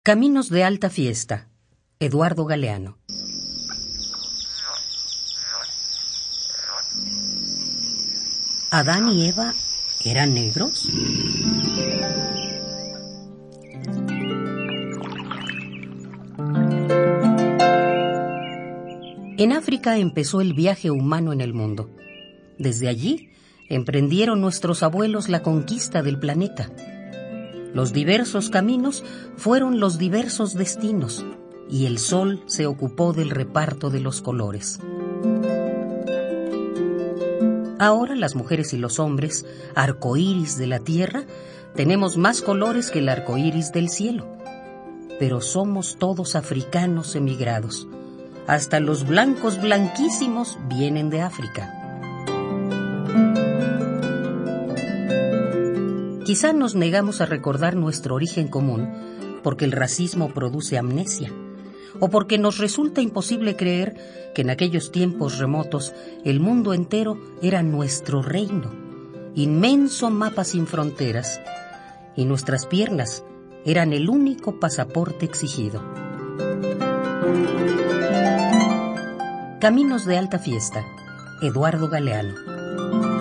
Caminos de alta fiesta, Eduardo Galeano. ¿Adán y Eva eran negros? En África empezó el viaje humano en el mundo. Desde allí emprendieron nuestros abuelos la conquista del planeta. Los diversos caminos fueron los diversos destinos, y el sol se ocupó del reparto de los colores. Ahora las mujeres y los hombres, arcoíris de la tierra, tenemos más colores que el arcoíris del cielo. Pero somos todos africanos emigrados. Hasta los blancos blanquísimos vienen de África. Quizá nos negamos a recordar nuestro origen común porque el racismo produce amnesia, o porque nos resulta imposible creer que en aquellos tiempos remotos el mundo entero era nuestro reino, inmenso mapa sin fronteras, y nuestras piernas eran el único pasaporte exigido. Caminos de alta fiesta, Eduardo Galeano.